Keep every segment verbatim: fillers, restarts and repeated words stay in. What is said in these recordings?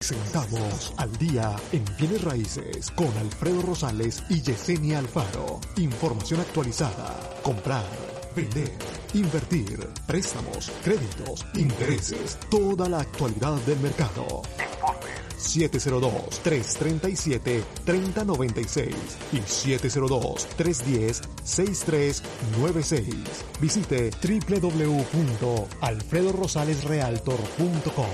Centavos al día en bienes raíces con Alfredo Rosales y Yesenia Alfaro. Información actualizada. Comprar, vender, invertir, préstamos, créditos, intereses. Toda la actualidad del mercado. siete cero dos, tres tres siete, tres cero nueve seis y siete cero dos, tres uno cero, seis tres nueve seis. Visite doble u doble u doble u punto alfredo rosales realtor punto com.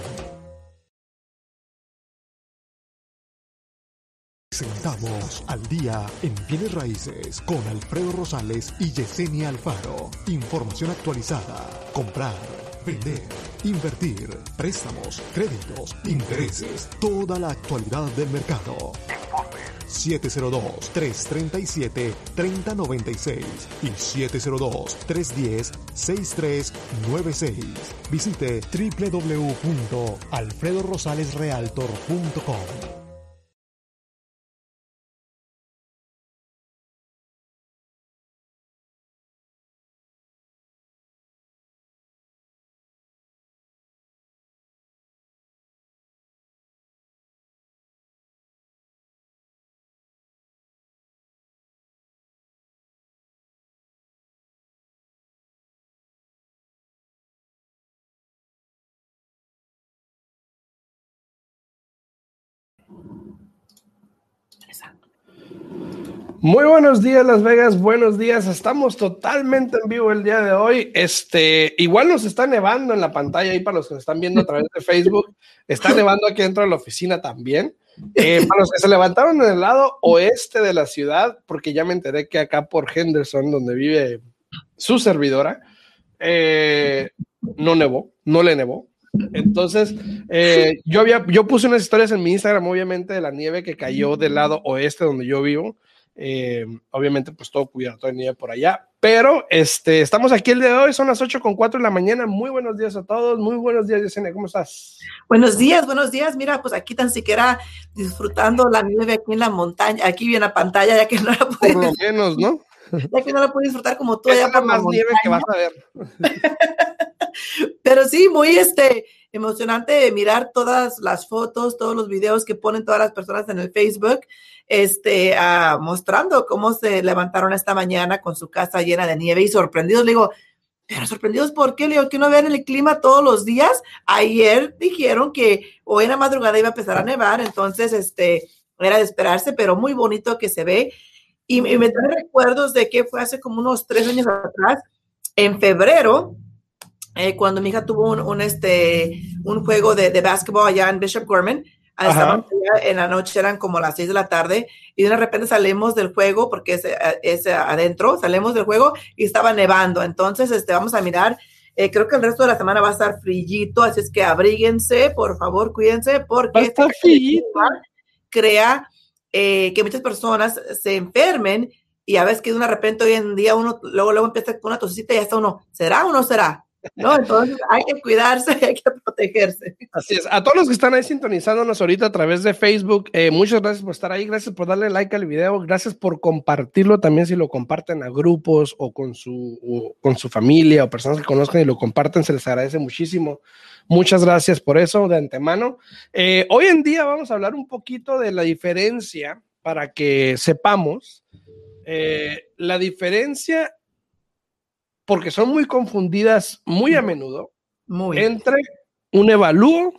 Centavos al día en bienes raíces con Alfredo Rosales y Yesenia Alfaro. Información actualizada. Comprar, vender, invertir, préstamos, créditos, intereses. Toda la actualidad del mercado. siete cero dos, tres tres siete, tres cero nueve seis y siete cero dos, tres uno cero, seis tres nueve seis. Visite doble u doble u doble u punto alfredo rosales realtor punto com. Muy buenos días, Las Vegas, buenos días, estamos totalmente en vivo el día de hoy. Este, igual nos está nevando en la pantalla ahí para los que nos están viendo a través de Facebook, está nevando aquí dentro de la oficina también. Eh, para los que se levantaron en el lado oeste de la ciudad, porque ya me enteré que acá por Henderson, donde vive su servidora, eh, no nevó, no le nevó. Entonces, eh, yo, había, yo puse unas historias en mi Instagram, obviamente, de la nieve que cayó del lado oeste donde yo vivo. Eh, obviamente, pues todo cubierto de nieve por allá. Pero este, estamos aquí el día de hoy, son las ocho con cuatro de la mañana. Muy buenos días a todos. Muy buenos días, Yesenia, ¿cómo estás? Buenos días, buenos días. Mira, pues aquí tan siquiera disfrutando la nieve aquí en la montaña, aquí vi en la pantalla, ya que no la pude. Por lo menos, ¿no? Ya que no la pude disfrutar como tú. Esa allá por es la más nieve que vas a ver. Pero sí, muy este, emocionante mirar todas las fotos, todos los videos que ponen todas las personas en el Facebook, este, uh, mostrando cómo se levantaron esta mañana con su casa llena de nieve y sorprendidos. Le digo, pero sorprendidos, ¿por qué? Le digo, que no vean el clima todos los días. Ayer dijeron que hoy en la madrugada iba a empezar a nevar, entonces este, era de esperarse, pero muy bonito que se ve. Y, y me trae recuerdos de que fue hace como unos tres años atrás, en febrero, eh, cuando mi hija tuvo un, un, este, un juego de, de básquetbol allá en Bishop Gorman. En la noche eran como las seis de la tarde y de repente salimos del juego porque es, es adentro, salimos del juego y estaba nevando. Entonces, este, vamos a mirar. Eh, creo que el resto de la semana va a estar frillito, así es que abríguense, por favor, cuídense, porque este crea eh, que muchas personas se enfermen y a veces que de una repente hoy en día uno luego, luego empieza con una tosita y ya está uno, ¿será o no será? No, entonces hay que cuidarse, hay que protegerse. Así es. A todos los que están ahí sintonizándonos ahorita a través de Facebook, eh, muchas gracias por estar ahí, gracias por darle like al video, gracias por compartirlo también si lo comparten a grupos o con su, o con su familia o personas que conozcan y lo comparten, se les agradece muchísimo. Muchas gracias por eso de antemano. Eh, hoy en día vamos a hablar un poquito de la diferencia para que sepamos eh, la diferencia, porque son muy confundidas muy a menudo, muy. entre un evalúo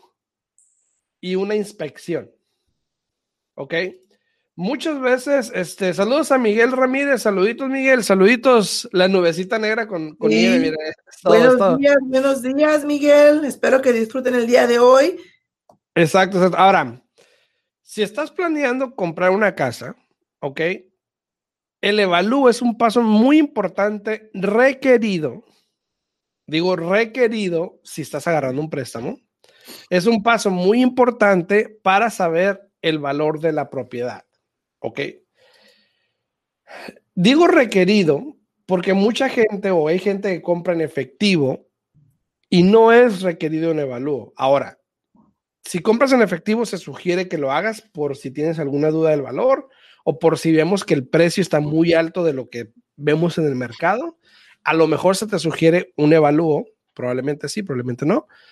y una inspección. ¿Ok? Muchas veces, este, saludos a Miguel Ramírez, saluditos Miguel, saluditos, la nubecita negra con, con sí. nieve. Mira, todo, buenos todo. días, buenos días Miguel, espero que disfruten el día de hoy. Exacto, exacto. Ahora, si estás planeando comprar una casa, ¿ok? El evalúo es un paso muy importante, requerido. Digo requerido si estás agarrando un préstamo. Es un paso muy importante para saber el valor de la propiedad. ¿Ok? Digo requerido porque mucha gente o hay gente que compra en efectivo y no es requerido un evalúo. Ahora, si compras en efectivo se sugiere que lo hagas por si tienes alguna duda del valor o por si vemos que el precio está muy alto de lo que vemos en el mercado. A lo mejor se te sugiere un evalúo, probablemente sí, probablemente no,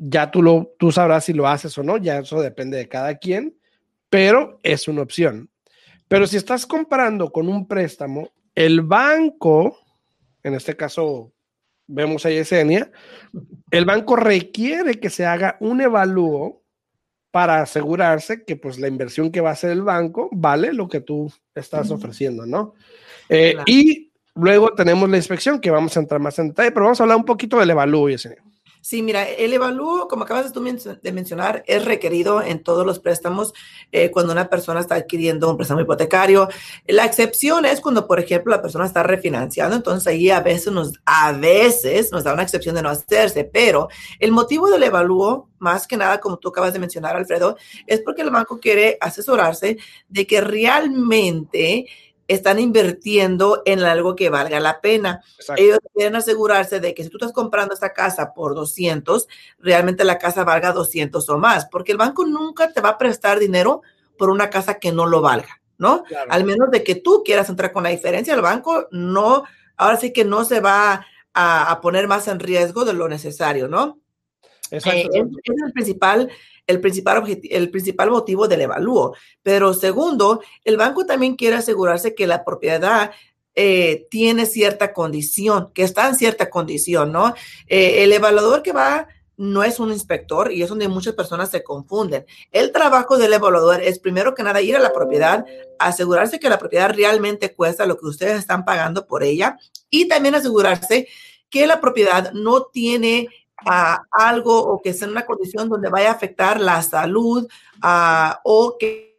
ya tú, lo, tú sabrás si lo haces o no, ya eso depende de cada quien, pero es una opción. Pero si estás comparando con un préstamo, el banco, en este caso vemos a Yesenia, el banco requiere que se haga un evalúo para asegurarse que pues la inversión que va a hacer el banco vale lo que tú estás ofreciendo, ¿no? Eh, claro. Y luego tenemos la inspección, que vamos a entrar más en detalle, pero vamos a hablar un poquito del evalúo, Yesenia. Sí, mira, el evalúo, como acabas tú de mencionar, es requerido en todos los préstamos eh, cuando una persona está adquiriendo un préstamo hipotecario. La excepción es cuando, por ejemplo, la persona está refinanciando, entonces ahí a veces nos, a veces nos da una excepción de no hacerse, pero el motivo del evalúo, más que nada, como tú acabas de mencionar, Alfredo, es porque el banco quiere asesorarse de que realmente están invirtiendo en algo que valga la pena. Exacto. Ellos quieren asegurarse de que si tú estás comprando esta casa por doscientos, realmente la casa valga doscientos o más, porque el banco nunca te va a prestar dinero por una casa que no lo valga, ¿no? Claro. Al menos de que tú quieras entrar con la diferencia, el banco no, ahora sí que no se va a, a poner más en riesgo de lo necesario, ¿no? Exacto. Eh, es, es el principal El principal, el principal motivo del evalúo. Pero segundo, el banco también quiere asegurarse que la propiedad eh, tiene cierta condición, que está en cierta condición, ¿no? Eh, el evaluador que va no es un inspector y es donde muchas personas se confunden. El trabajo del evaluador es primero que nada ir a la propiedad, asegurarse que la propiedad realmente cuesta lo que ustedes están pagando por ella y también asegurarse que la propiedad no tiene a algo o que sea en una condición donde vaya a afectar la salud uh, o que,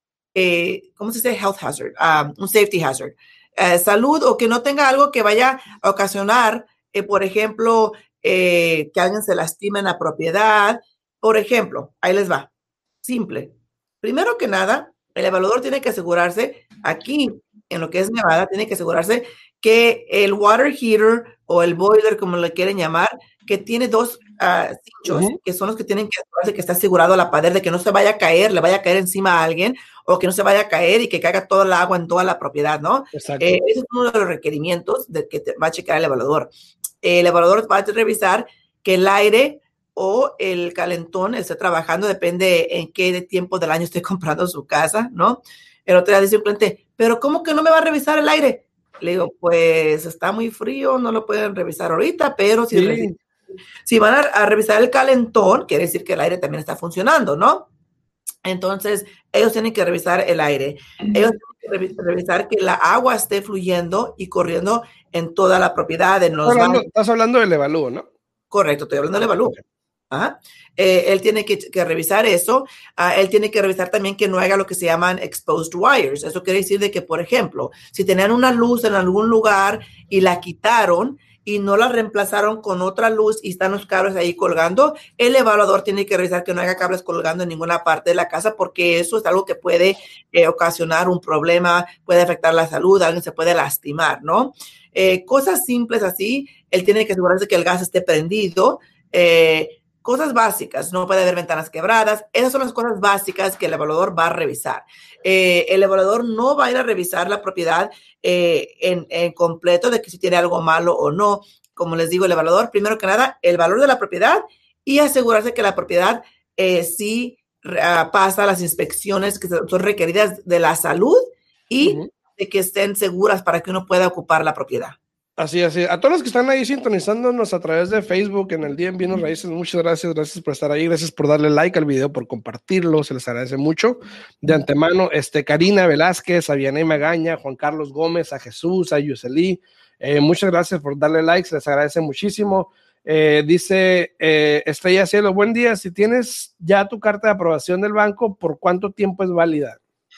eh, ¿cómo se dice? Health hazard, um, un safety hazard. Uh, salud o que no tenga algo que vaya a ocasionar, eh, por ejemplo, eh, que alguien se lastime en la propiedad. Por ejemplo, ahí les va. Simple. Primero que nada, el evaluador tiene que asegurarse, aquí en lo que es Nevada, tiene que asegurarse que el water heater o el boiler, como le quieren llamar, que tiene dos uh, cinchos, uh-huh. que son los que tienen que asegurarse que está asegurado la pared, de que no se vaya a caer, le vaya a caer encima a alguien, o que no se vaya a caer y que caiga todo el agua en toda la propiedad, ¿no? Exacto. Eh, ese es uno de los requerimientos de que te va a checar el evaluador. Eh, el evaluador va a revisar que el aire o el calentón esté trabajando, depende en qué tiempo del año esté comprando su casa, ¿no? El otro día dice un cliente, ¿pero cómo que no me va a revisar el aire? Le digo, pues está muy frío, no lo pueden revisar ahorita, pero si, sí. si van a, a revisar el calentón, quiere decir que el aire también está funcionando, ¿no? Entonces, ellos tienen que revisar el aire. Ellos tienen que revisar que la agua esté fluyendo y corriendo en toda la propiedad. En los estás, hablando, estás hablando del evalúo, ¿no? Correcto, estoy hablando del evalúo. Ajá. Eh, él tiene que, que revisar eso. Uh, él tiene que revisar también que no haga lo que se llaman exposed wires. Eso quiere decir de que, por ejemplo, si tenían una luz en algún lugar y la quitaron y no la reemplazaron con otra luz y están los cables ahí colgando, el evaluador tiene que revisar que no haya cables colgando en ninguna parte de la casa, porque eso es algo que puede eh, ocasionar un problema, puede afectar la salud, alguien se puede lastimar, ¿no? Eh, cosas simples así. Él tiene que asegurarse que el gas esté prendido. Eh, Cosas básicas, no puede haber ventanas quebradas. Esas son las cosas básicas que el evaluador va a revisar. Eh, el evaluador no va a ir a revisar la propiedad eh, en, en completo de que si tiene algo malo o no. Como les digo, el evaluador, primero que nada, el valor de la propiedad y asegurarse que la propiedad eh, sí uh, pasa las inspecciones que son requeridas de la salud y uh-huh. de que estén seguras para que uno pueda ocupar la propiedad. Así, así. A todos los que están ahí sintonizándonos a través de Facebook en el Día en Bienes Raíces, muchas gracias, gracias por estar ahí, gracias por darle like al video, por compartirlo, se les agradece mucho. De antemano, este, Karina Velázquez, a Vianey Magaña, Juan Carlos Gómez, a Jesús, a Yuseli, eh, muchas gracias por darle like, se les agradece muchísimo. Eh, dice eh, Estrella Cielo, buen día, si tienes ya tu carta de aprobación del banco, ¿por cuánto tiempo es válida?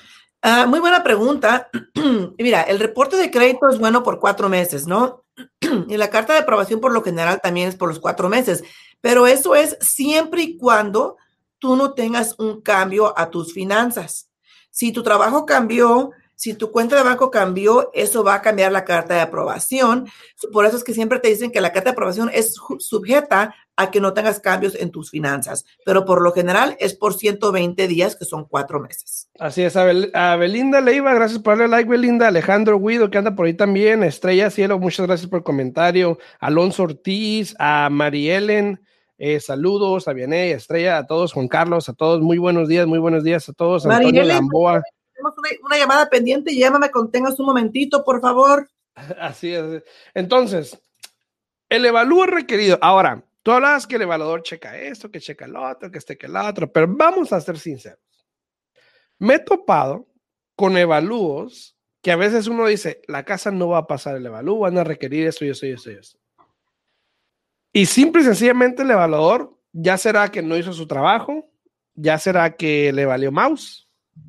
Uh, muy buena pregunta. Mira, el reporte de crédito es bueno por cuatro meses, ¿no? Y la carta de aprobación por lo general también es por los cuatro meses, pero eso es siempre y cuando tú no tengas un cambio a tus finanzas. Si tu trabajo cambió, si tu cuenta de banco cambió, eso va a cambiar la carta de aprobación. Por eso es que siempre te dicen que la carta de aprobación es sujeta a que no tengas cambios en tus finanzas, pero por lo general es por ciento veinte días, que son cuatro meses. Así es. A, Bel- a Belinda Leiva, gracias por darle like, Belinda. Alejandro Guido, que anda por ahí también. Estrella Cielo, muchas gracias por el comentario. Alonso Ortiz, a Marielen, Eh, saludos a Vianey, a Estrella, a todos, Juan Carlos, a todos, muy buenos días, muy buenos días a todos. Antonio Marilena, Gamboa. tenemos una, una llamada pendiente, llámame cuando tengas un momentito, por favor. Así es. Entonces, el evalúo requerido. Ahora, tú hablabas que el evaluador checa esto, que checa el otro, que este, que el otro, pero vamos a ser sinceros. Me he topado con evalúos que a veces uno dice, la casa no va a pasar el evalúo, van a requerir esto y eso y eso y eso. Y simple y sencillamente el evaluador, ya será que no hizo su trabajo, ya será que le valió mouse.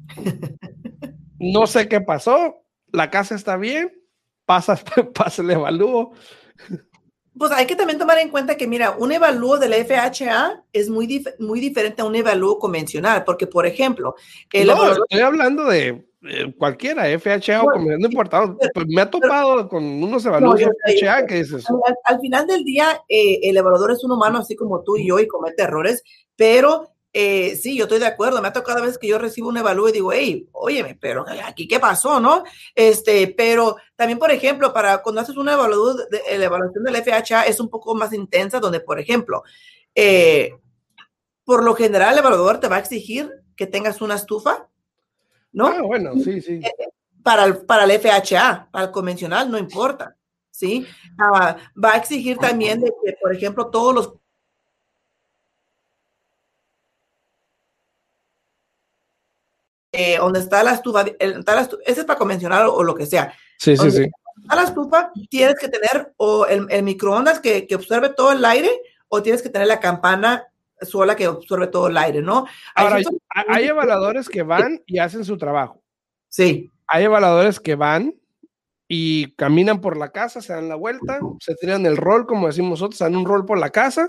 No sé qué pasó, la casa está bien, pasa, pasa el evalúo. Pues hay que también tomar en cuenta que, mira, un evalúo del F H A es muy, dif muy diferente a un evalúo convencional, porque, por ejemplo, el no, evaluador... estoy hablando de eh, cualquiera, F H A no, o convencional, no importa. Pues me ha topado pero, con unos evalúos no, F H A sé, que dices. Al, al final del día, eh, el evaluador es un humano, así como tú y yo, y comete errores, pero... Eh, sí, yo estoy de acuerdo. Me ha tocado a veces que yo recibo un evalúo y digo, hey, óyeme, pero aquí qué pasó, ¿no? Este, pero también, por ejemplo, para cuando haces una evaluación, de, la evaluación del F H A es un poco más intensa, donde, por ejemplo, eh, por lo general el evaluador te va a exigir que tengas una estufa, ¿no? Ah, bueno, sí, sí. Eh, para, el, para el F H A, para el convencional, no importa, ¿sí? Uh, va a exigir también de que, por ejemplo, todos los Eh, donde está la estufa, está la estufa, ese es para convencional o, o lo que sea. Sí, sí, sí. A la estufa tienes que tener o el, el microondas que, que absorbe todo el aire o tienes que tener la campana sola que absorbe todo el aire, ¿no? Ahora, hay, hay, hay evaluadores que van y hacen su trabajo. Sí. Hay evaluadores que van y caminan por la casa, se dan la vuelta, se tiran el rol, como decimos nosotros, dan un rol por la casa.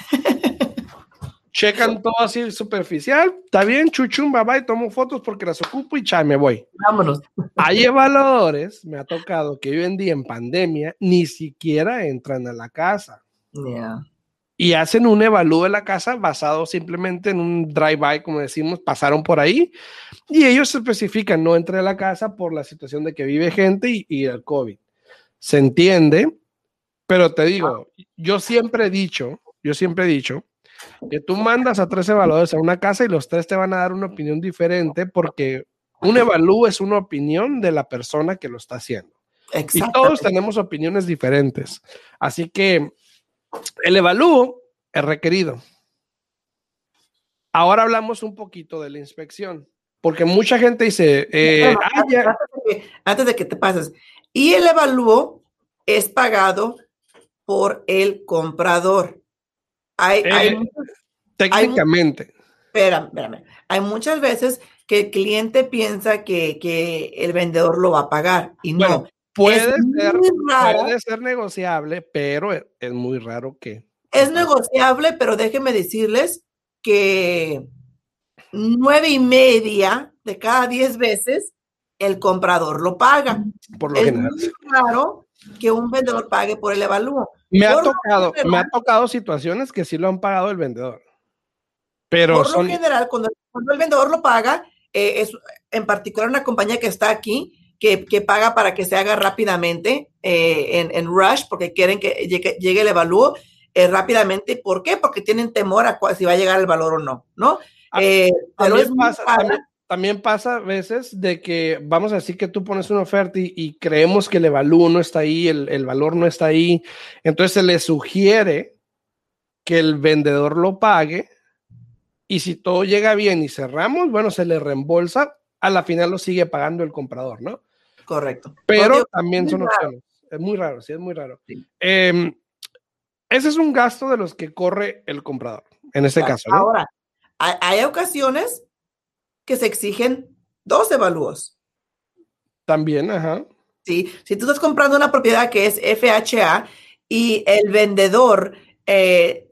Checan todo así superficial, está bien, chuchum, bye bye, tomo fotos porque las ocupo y chai, me voy. Vámonos. Hay evaluadores, me ha tocado que hoy en día en pandemia ni siquiera entran a la casa. Yeah. Y hacen un evalúo de la casa basado simplemente en un drive-by, como decimos, pasaron por ahí y ellos especifican, no entre a la casa por la situación de que vive gente y, y el COVID. Se entiende, pero te digo, yo siempre he dicho, yo siempre he dicho, que tú mandas a tres evaluadores a una casa y los tres te van a dar una opinión diferente porque un evalúo es una opinión de la persona que lo está haciendo. Y todos tenemos opiniones diferentes. Así que el evalúo es requerido. Ahora hablamos un poquito de la inspección, porque mucha gente dice... Eh, bueno, ah, ya. antes, de que, antes de que te pases, y el evalúo es pagado por el comprador. Hay, Eh, hay, técnicamente. Hay, espérame, espérame. Hay muchas veces que el cliente piensa que, que el vendedor lo va a pagar y bueno, no. Puede ser, puede ser negociable, pero es, es muy raro que... Es negociable, pero déjenme decirles que nueve y media de cada diez veces el comprador lo paga. Por lo es general. muy raro que un vendedor pague por el evalúo. Me ha, por tocado, general, me ha tocado situaciones que sí lo han pagado el vendedor. Pero por son... lo general, cuando, cuando el vendedor lo paga, eh, es en particular una compañía que está aquí, que, que paga para que se haga rápidamente eh, en, en Rush, porque quieren que llegue, llegue el evalúo eh, rápidamente. ¿Por qué? Porque tienen temor a si va a llegar el valor o no, ¿no? Eh, también, pero pasa, también, también pasa a veces de que vamos a decir que tú pones una oferta y, y creemos que el evalúo no está ahí, el, el valor no está ahí, entonces se le sugiere que el vendedor lo pague y si todo llega bien y cerramos, bueno, se le reembolsa, a la final lo sigue pagando el comprador, ¿no? Correcto. Pero Odio, también son raro. opciones. Es muy raro, sí, es muy raro. Sí. Eh, ese es un gasto de los que corre el comprador, en este claro. caso, ¿no? Ahora, hay, hay ocasiones que se exigen dos evalúos. También, ajá. Sí, si tú estás comprando una propiedad que es F H A y el vendedor eh,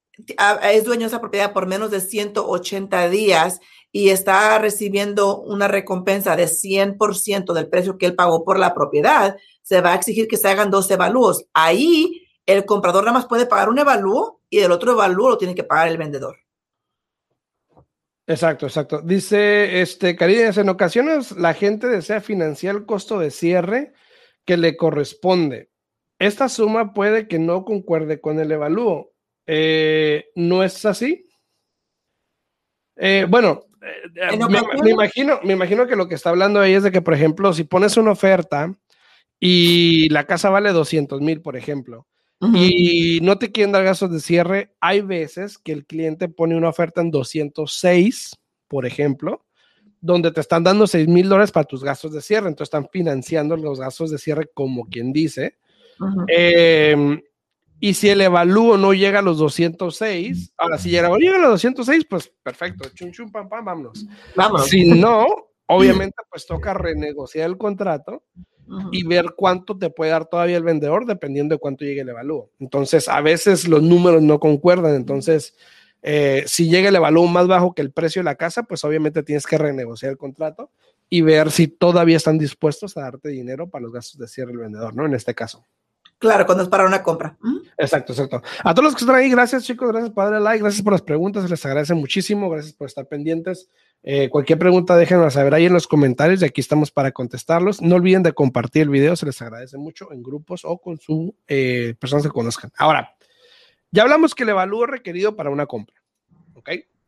es dueño de esa propiedad por menos de ciento ochenta días y está recibiendo una recompensa de cien por ciento del precio que él pagó por la propiedad, se va a exigir que se hagan dos evalúos. Ahí el comprador nada más puede pagar un evalúo y el otro evalúo lo tiene que pagar el vendedor. Exacto, exacto. Dice, este, Carides, en ocasiones la gente desea financiar el costo de cierre que le corresponde. Esta suma puede que no concuerde con el evalúo. Eh, ¿no es así? Eh, bueno, eh, me, me, imagino, me imagino que lo que está hablando ahí es de que, por ejemplo, si pones una oferta y la casa vale doscientos mil, por ejemplo, uh-huh. y no te quieren dar gastos de cierre, hay veces que el cliente pone una oferta en doscientos seis, por ejemplo, donde te están dando seis mil dólares para tus gastos de cierre, entonces están financiando los gastos de cierre como quien dice. Uh-huh. Eh, y si el evalúo no llega a los doscientos seis, ahora si llega, llega a los doscientos seis, pues perfecto, chum, chum, pam, pam, vámonos. vámonos. Si no, obviamente pues toca renegociar el contrato uh-huh. y ver cuánto te puede dar todavía el vendedor dependiendo de cuánto llegue el evalúo. Entonces, a veces los números no concuerdan, entonces eh, si llega el evalúo más bajo que el precio de la casa, pues obviamente tienes que renegociar el contrato y ver si todavía están dispuestos a darte dinero para los gastos de cierre del vendedor, ¿no? En este caso. Claro, cuando es para una compra. ¿Mm? Exacto, exacto. A todos los que están ahí, gracias chicos, gracias por darle like, gracias por las preguntas, les agradece muchísimo, gracias por estar pendientes. Eh, cualquier pregunta déjenla saber ahí en los comentarios y aquí estamos para contestarlos. No olviden de compartir el video, se les agradece mucho en grupos o con sus eh, personas que conozcan. Ahora, ya hablamos que el evalúo es requerido para una compra, ¿ok?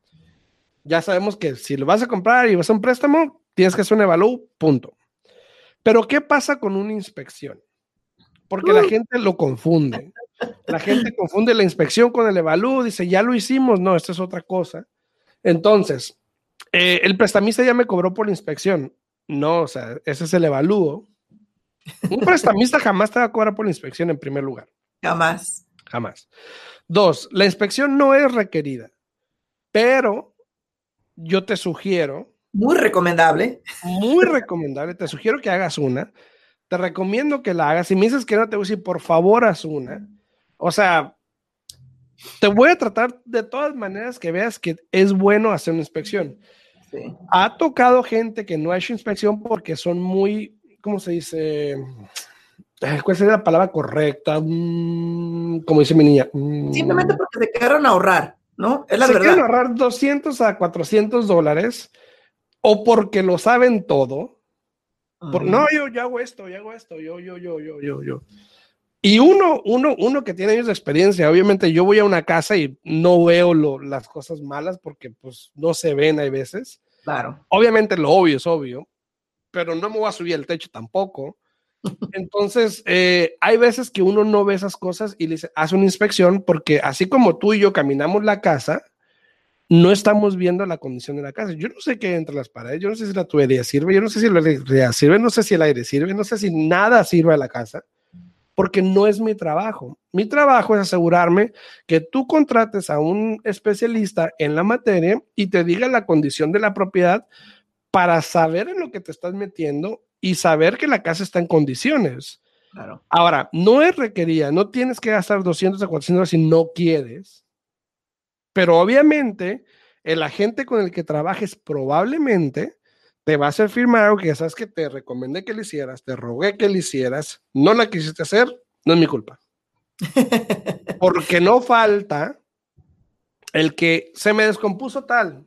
Ya sabemos que si lo vas a comprar y vas a un préstamo, tienes que hacer un evalúo, punto. Pero ¿qué pasa con una inspección? Porque uh. la gente lo confunde. La gente confunde la inspección con el evalúo, dice, ya lo hicimos, no, esto es otra cosa. Entonces, eh, el prestamista ya me cobró por la inspección. No, o sea, ese es el evalúo. Un prestamista jamás te va a cobrar por la inspección en primer lugar. Jamás. Jamás. Dos, la inspección no es requerida, pero yo te sugiero. Muy recomendable. Muy recomendable, te sugiero que hagas una. Te recomiendo que la hagas. Si me dices que no, te voy a decir, por favor, haz una. O sea, te voy a tratar de todas maneras que veas que es bueno hacer una inspección. Sí. Ha tocado gente que no ha hecho inspección porque son muy, ¿cómo se dice? ¿Cuál sería la palabra correcta? Mm, como dice mi niña. Mm, Simplemente porque se quedaron a ahorrar, ¿no? Es la se verdad. quieren ahorrar doscientos a cuatrocientos dólares o porque lo saben todo. Por, uh-huh. No, yo, yo hago esto, yo hago esto, yo, yo, yo, yo, yo, yo. Y uno, uno, uno que tiene años de experiencia, obviamente yo voy a una casa y no veo lo, las cosas malas porque pues no se ven hay veces. Claro. Obviamente lo obvio es obvio, pero no me voy a subir al techo tampoco. Entonces, eh, hay veces que uno no ve esas cosas y le dice, haz una inspección porque así como tú y yo caminamos la casa, no estamos viendo la condición de la casa. Yo no sé qué hay entre las paredes, yo no sé si la tubería sirve, yo no sé si la electricidad sirve, no sé si el aire sirve, no sé si nada sirve a la casa, porque no es mi trabajo. Mi trabajo es asegurarme que tú contrates a un especialista en la materia y te diga la condición de la propiedad para saber en lo que te estás metiendo y saber que la casa está en condiciones. Claro. Ahora, no es requerida, no tienes que gastar doscientos a cuatrocientos si no quieres. Pero obviamente, el agente con el que trabajes probablemente te va a hacer firmar algo que ya sabes que te recomendé que le hicieras, te rogué que le hicieras, no la quisiste hacer, no es mi culpa. Porque no falta el que se me descompuso tal,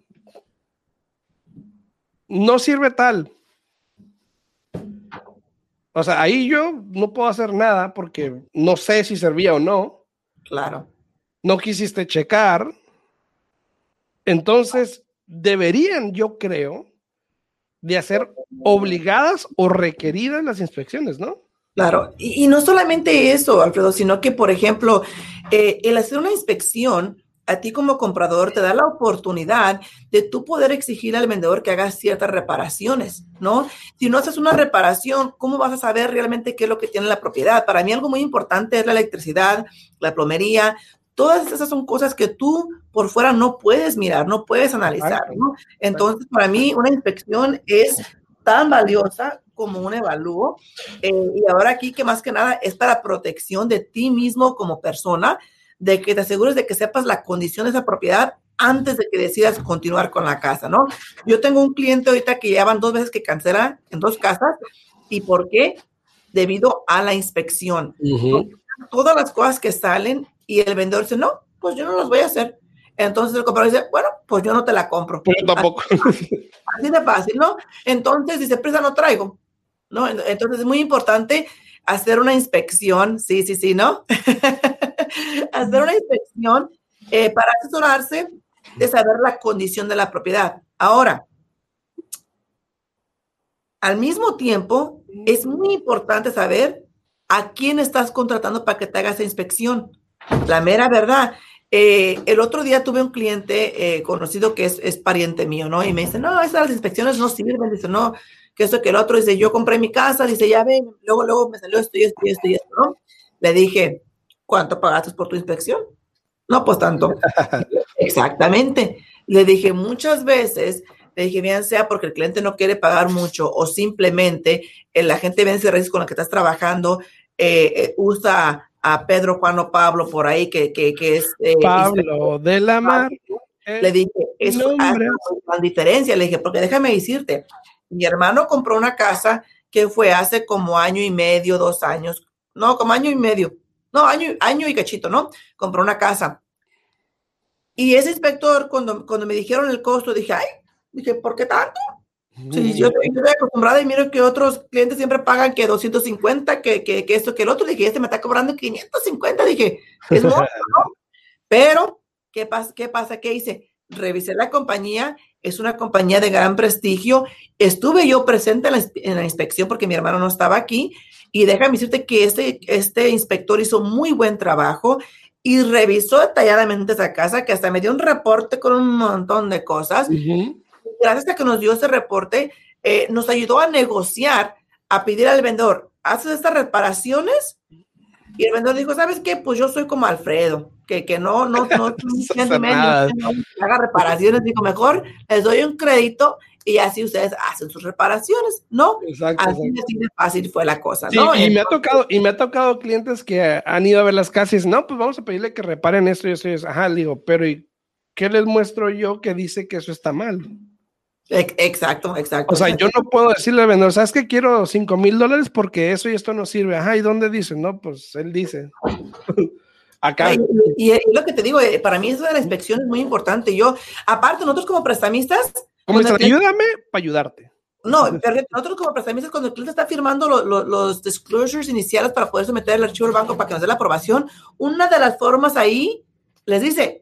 no sirve tal. O sea, ahí yo no puedo hacer nada porque no sé si servía o no. Claro. No quisiste checar. Entonces, deberían, yo creo, de hacer obligadas o requeridas las inspecciones, ¿no? Claro, y, y no solamente eso, Alfredo, sino que, por ejemplo, eh, el hacer una inspección a ti como comprador te da la oportunidad de tú poder exigir al vendedor que haga ciertas reparaciones, ¿no? Si no haces una reparación, ¿cómo vas a saber realmente qué es lo que tiene la propiedad? Para mí algo muy importante es la electricidad, la plomería. Todas esas son cosas que tú por fuera no puedes mirar, no puedes analizar, ¿no? Entonces, para mí, una inspección es tan valiosa como un evalúo. Eh, y ahora aquí, que más que nada, es para protección de ti mismo como persona, de que te asegures de que sepas la condición de esa propiedad antes de que decidas continuar con la casa, ¿no? Yo tengo un cliente ahorita que ya van dos veces que cancela en dos casas. ¿Y por qué? Debido a la inspección. Uh-huh. Todas las cosas que salen y el vendedor dice, no, pues yo no las voy a hacer. Entonces el comprador dice, bueno, pues yo no te la compro. Pues tampoco. Así, así de fácil, ¿no? Entonces dice, prisa no traigo, ¿no? Entonces es muy importante hacer una inspección, sí, sí, sí, ¿no? hacer una inspección eh, para asesorarse de saber la condición de la propiedad. Ahora, al mismo tiempo, es muy importante saber a quién estás contratando para que te haga esa inspección. La mera verdad. Eh, el otro día tuve un cliente eh, conocido que es, es pariente mío, ¿no? Y me dice, no, esas inspecciones no sirven. Dice, no, que esto, que el otro. Dice, yo compré mi casa. Dice, ya ven, luego, luego me salió esto y esto y esto y esto, ¿no? Le dije, ¿cuánto pagaste por tu inspección? No, pues tanto. Exactamente. Le dije, muchas veces, le dije, bien sea porque el cliente no quiere pagar mucho o simplemente el agente de bienes y raíces con el que estás trabajando eh, eh, usa a Pedro, Juan o Pablo por ahí, que, que, que es... Eh, Pablo de la Mar. Le dije, eso hace una diferencia. Le dije, porque déjame decirte, mi hermano compró una casa que fue hace como año y medio, dos años. No, como año y medio. No, año, año y cachito, ¿no? Compró una casa. Y ese inspector, cuando, cuando me dijeron el costo, dije, ay, dije, ¿por qué tanto? Sí, yo, yo estoy acostumbrada y miro que otros clientes siempre pagan que doscientos cincuenta, que, que, que esto, que el otro. Le dije, este me está cobrando quinientos cincuenta. Dije, es mucho, ¿no? Pero, ¿qué pasa? ¿Qué pasa? ¿Qué hice? Revisé la compañía. Es una compañía de gran prestigio. Estuve yo presente en la, en la inspección porque mi hermano no estaba aquí. Y déjame decirte que este, este inspector hizo muy buen trabajo y revisó detalladamente esa casa, que hasta me dio un reporte con un montón de cosas. Uh-huh. Gracias a que nos dio ese reporte, eh, nos ayudó a negociar, a pedir al vendedor, ¿haces estas reparaciones? Y el vendedor dijo, ¿sabes qué? Pues yo soy como Alfredo, que, que no, no, no, no, medio, no haga reparaciones. Digo, mejor les doy un crédito y así ustedes hacen sus reparaciones, ¿no? Exacto, así, exacto. Así de fácil fue la cosa, sí, ¿no? Y, Entonces, me ha tocado, y me ha tocado clientes que han ido a ver las casas y dicen, no, pues vamos a pedirle que reparen esto y eso y eso. Ajá, le digo, pero ¿y qué les muestro yo que dice que eso está mal? Exacto, exacto. O sea, yo no puedo decirle al vendedor, ¿sabes qué? Quiero cinco mil dólares porque eso y esto no sirve. Ajá, ¿y dónde dice? No, pues él dice. Acá. Y, y, y lo que te digo, para mí eso de la inspección es muy importante. Yo, aparte, nosotros como prestamistas... Como cliente, ayúdame para ayudarte. No, pero nosotros como prestamistas, cuando el cliente está firmando lo, lo, los disclosures iniciales para poder someter el archivo al banco para que nos dé la aprobación, una de las formas ahí les dice,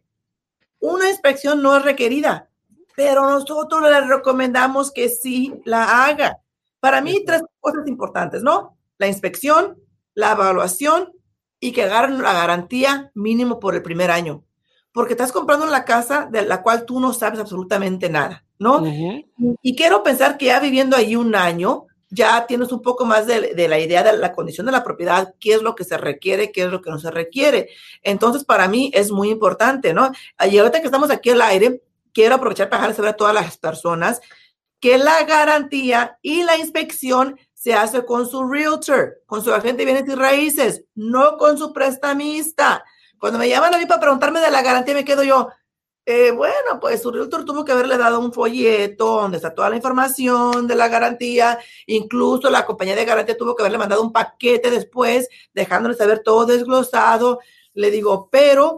una inspección no es requerida, pero nosotros le recomendamos que sí la haga. Para mí, tres cosas importantes, ¿no? La inspección, la evaluación y que agarren la garantía mínimo por el primer año. Porque estás comprando la casa de la cual tú no sabes absolutamente nada, ¿no? Uh-huh. Y quiero pensar que ya viviendo allí un año, ya tienes un poco más de, de la idea de la condición de la propiedad, qué es lo que se requiere, qué es lo que no se requiere. Entonces, para mí es muy importante, ¿no? Y ahorita que estamos aquí al aire, quiero aprovechar para dejar saber a todas las personas que la garantía y la inspección se hace con su realtor, con su agente de bienes y raíces, no con su prestamista. Cuando me llaman a mí para preguntarme de la garantía, me quedo yo, eh, bueno, pues su realtor tuvo que haberle dado un folleto donde está toda la información de la garantía. Incluso la compañía de garantía tuvo que haberle mandado un paquete después, dejándole saber todo desglosado. Le digo, pero,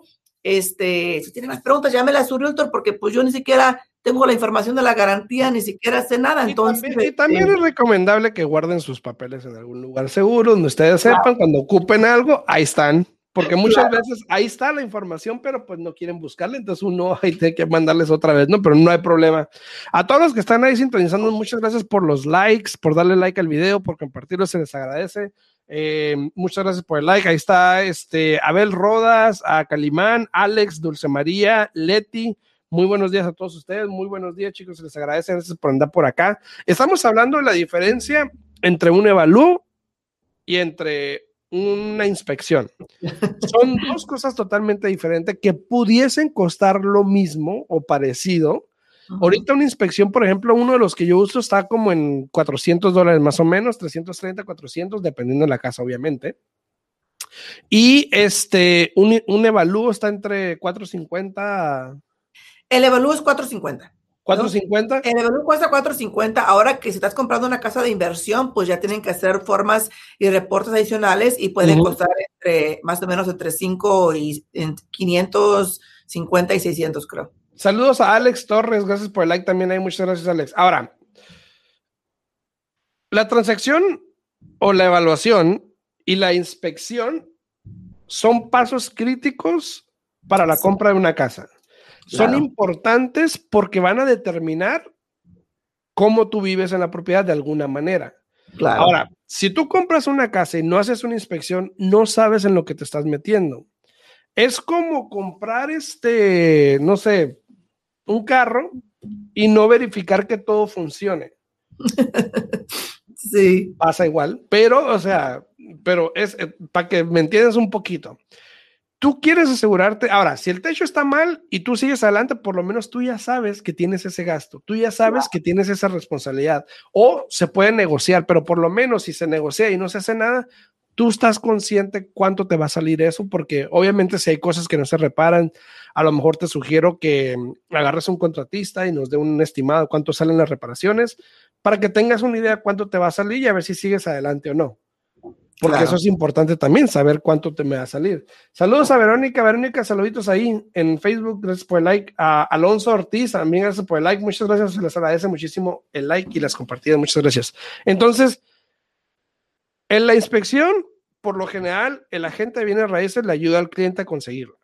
este, si tiene más preguntas, llámele a su realtor, porque pues yo ni siquiera tengo la información de la garantía, ni siquiera sé nada. Entonces, y también, y también eh, es recomendable que guarden sus papeles en algún lugar seguro, donde ustedes sepan, claro. Cuando ocupen algo, ahí están. Porque muchas claro. veces ahí está la información, pero pues no quieren buscarla, entonces uno ahí tiene que mandarles otra vez, ¿no? Pero no hay problema. A todos los que están ahí sintonizando, muchas gracias por los likes, por darle like al video, por compartirlo, se les agradece. Eh, muchas gracias por el like. Ahí está este Abel Rodas, a Calimán, Alex, Dulce María, Leti. Muy buenos días a todos ustedes, muy buenos días, chicos, se les agradece, gracias por andar por acá. Estamos hablando de la diferencia entre un evalúo y entre una inspección. Son dos cosas totalmente diferentes que pudiesen costar lo mismo o parecido. Uh-huh. Ahorita una inspección, por ejemplo, uno de los que yo uso está como en cuatrocientos dólares más o menos, trescientos treinta, cuatrocientos, dependiendo de la casa, obviamente. Y este, un, un evalúo está entre cuatrocientos cincuenta. El evalúo es cuatrocientos cincuenta. ¿cuatrocientos cincuenta? ¿No? El evalúo cuesta cuatrocientos cincuenta. Ahora que si estás comprando una casa de inversión, pues ya tienen que hacer formas y reportes adicionales y pueden uh-huh. costar entre más o menos entre cinco y quinientos cincuenta y seiscientos, creo. Saludos a Alex Torres, gracias por el like también ahí, muchas gracias, Alex. Ahora, la transacción o la evaluación y la inspección son pasos críticos para la compra de una casa. Son Claro. importantes porque van a determinar cómo tú vives en la propiedad de alguna manera. Claro. Ahora, si tú compras una casa y no haces una inspección, no sabes en lo que te estás metiendo. Es como comprar este, no sé, un carro y no verificar que todo funcione. Sí. Pasa igual, pero, o sea, pero es eh, para que me entiendas un poquito. Tú quieres asegurarte, ahora, si el techo está mal y tú sigues adelante, por lo menos tú ya sabes que tienes ese gasto, tú ya sabes Claro. que tienes esa responsabilidad, o se puede negociar, pero por lo menos si se negocia y no se hace nada, tú estás consciente cuánto te va a salir eso, porque obviamente si hay cosas que no se reparan, a lo mejor te sugiero que agarres un contratista y nos dé un estimado de cuánto salen las reparaciones, para que tengas una idea de cuánto te va a salir y a ver si sigues adelante o no. Porque Claro. eso es importante también, saber cuánto te me va a salir. Saludos a Verónica. Verónica, saluditos ahí en Facebook. Gracias por el like. A Alonso Ortiz, también gracias por el like. Muchas gracias. Se les agradece muchísimo el like y las compartidas. Muchas gracias. Entonces, en la inspección, por lo general, el agente de bienes raíces le ayuda al cliente a conseguirlo.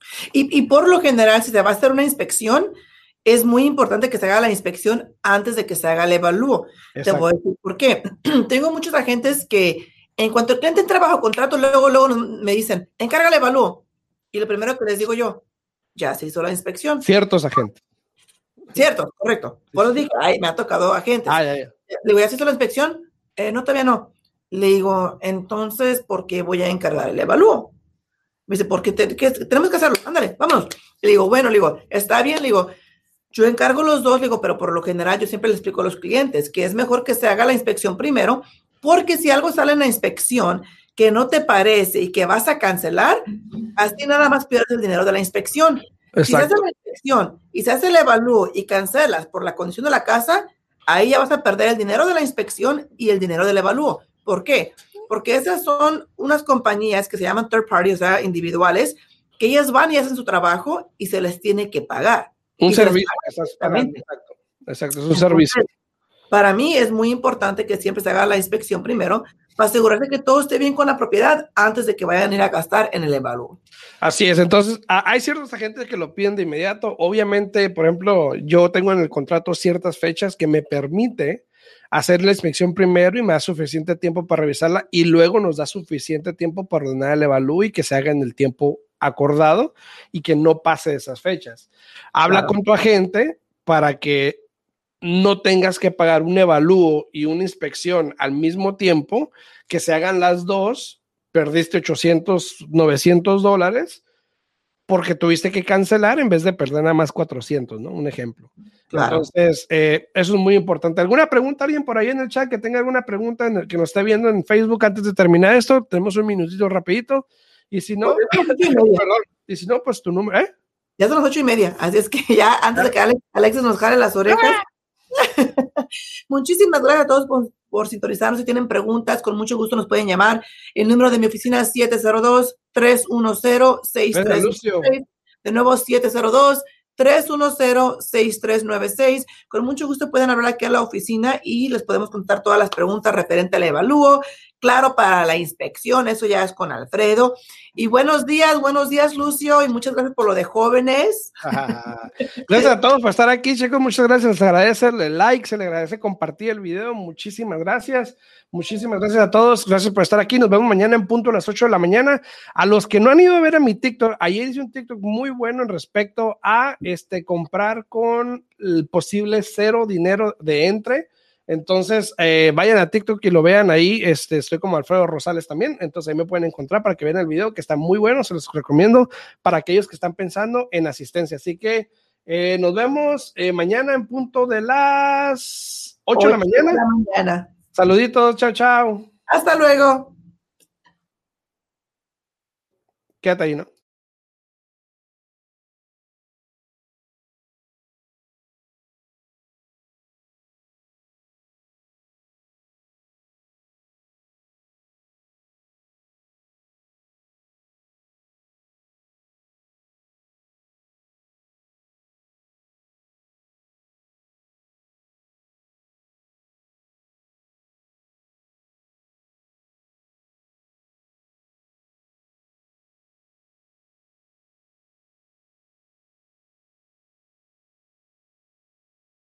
Y, y por lo general, si se va a hacer una inspección, es muy importante que se haga la inspección antes de que se haga el evalúo. Exacto. Te voy a decir por qué. Tengo muchos agentes que en cuanto el cliente entra bajo contrato, luego, luego me dicen, encarga el evalúo. Y lo primero que les digo yo, ya se hizo la inspección. Ciertos agentes. Cierto, correcto. Por eso dije, ay, me ha tocado agentes. Ah, ya, ya. Le digo, ¿ya se hizo la inspección? Eh, no, todavía no. Le digo, entonces, ¿por qué voy a encargar el evalúo? Me dice, porque te, que, tenemos que hacerlo, ándale, vámonos. Le digo, bueno, le digo, está bien, le digo, yo encargo los dos, le digo, pero por lo general yo siempre le explico a los clientes que es mejor que se haga la inspección primero, porque si algo sale en la inspección que no te parece y que vas a cancelar, así nada más pierdes el dinero de la inspección. Exacto. Si se hace la inspección y se hace el evalúo y cancelas por la condición de la casa, ahí ya vas a perder el dinero de la inspección y el dinero del evalúo. ¿Por qué? Porque esas son unas compañías que se llaman third party, o sea, individuales, que ellas van y hacen su trabajo y se les tiene que pagar. Un y servicio que estás pagando. Exacto. Exacto, es un Entonces, servicio. Para mí es muy importante que siempre se haga la inspección primero para asegurarse que todo esté bien con la propiedad antes de que vayan a ir a gastar en el evalúo. Así es, entonces hay ciertos agentes que lo piden de inmediato. Obviamente, por ejemplo, yo tengo en el contrato ciertas fechas que me permite hacer la inspección primero y me da suficiente tiempo para revisarla y luego nos da suficiente tiempo para ordenar el evalúo y que se haga en el tiempo acordado y que no pase esas fechas. Habla claro. con tu agente para que no tengas que pagar un evalúo y una inspección al mismo tiempo, que se hagan las dos, perdiste ochocientos, novecientos dólares porque tuviste que cancelar en vez de perder nada más cuatrocientos, ¿no? Un ejemplo. Claro. Entonces, eh, eso es muy importante. ¿Alguna pregunta? ¿Alguien por ahí en el chat que tenga alguna pregunta en el que nos esté viendo en Facebook antes de terminar esto? Tenemos un minutito rapidito. Y si no, perdón, y si no, pues tu número, ¿eh? Ya son las ocho y media, así es que ya antes de que Alex, Alexis nos jale las orejas. Muchísimas gracias a todos por, por sintonizarnos. Si tienen preguntas, con mucho gusto nos pueden llamar. El número de mi oficina es siete cero dos, tres uno cero, seis tres nueve seis. De nuevo, siete cero dos, tres uno cero, seis tres nueve seis. Con mucho gusto pueden hablar aquí a la oficina y les podemos contar todas las preguntas referente al evalúo. Claro, para la inspección, eso ya es con Alfredo. Y buenos días, buenos días, Lucio, y muchas gracias por lo de jóvenes. Gracias a todos por estar aquí, chicos, muchas gracias. Se agradece el like, se le agradece compartir el video, muchísimas gracias. Muchísimas gracias a todos, gracias por estar aquí. Nos vemos mañana en punto a las ocho de la mañana. A los que no han ido a ver a mi TikTok, ayer hice un TikTok muy bueno en respecto a este, comprar con el posible cero dinero de entre. Entonces, eh, vayan a TikTok y lo vean ahí. Este, estoy como Alfredo Rosales también. Entonces, ahí me pueden encontrar para que vean el video, que está muy bueno. Se los recomiendo para aquellos que están pensando en asistencia. Así que eh, nos vemos eh, mañana en punto de las ocho de la mañana. De la mañana. Saluditos. Chao, chao. Hasta luego. Quédate ahí, ¿no?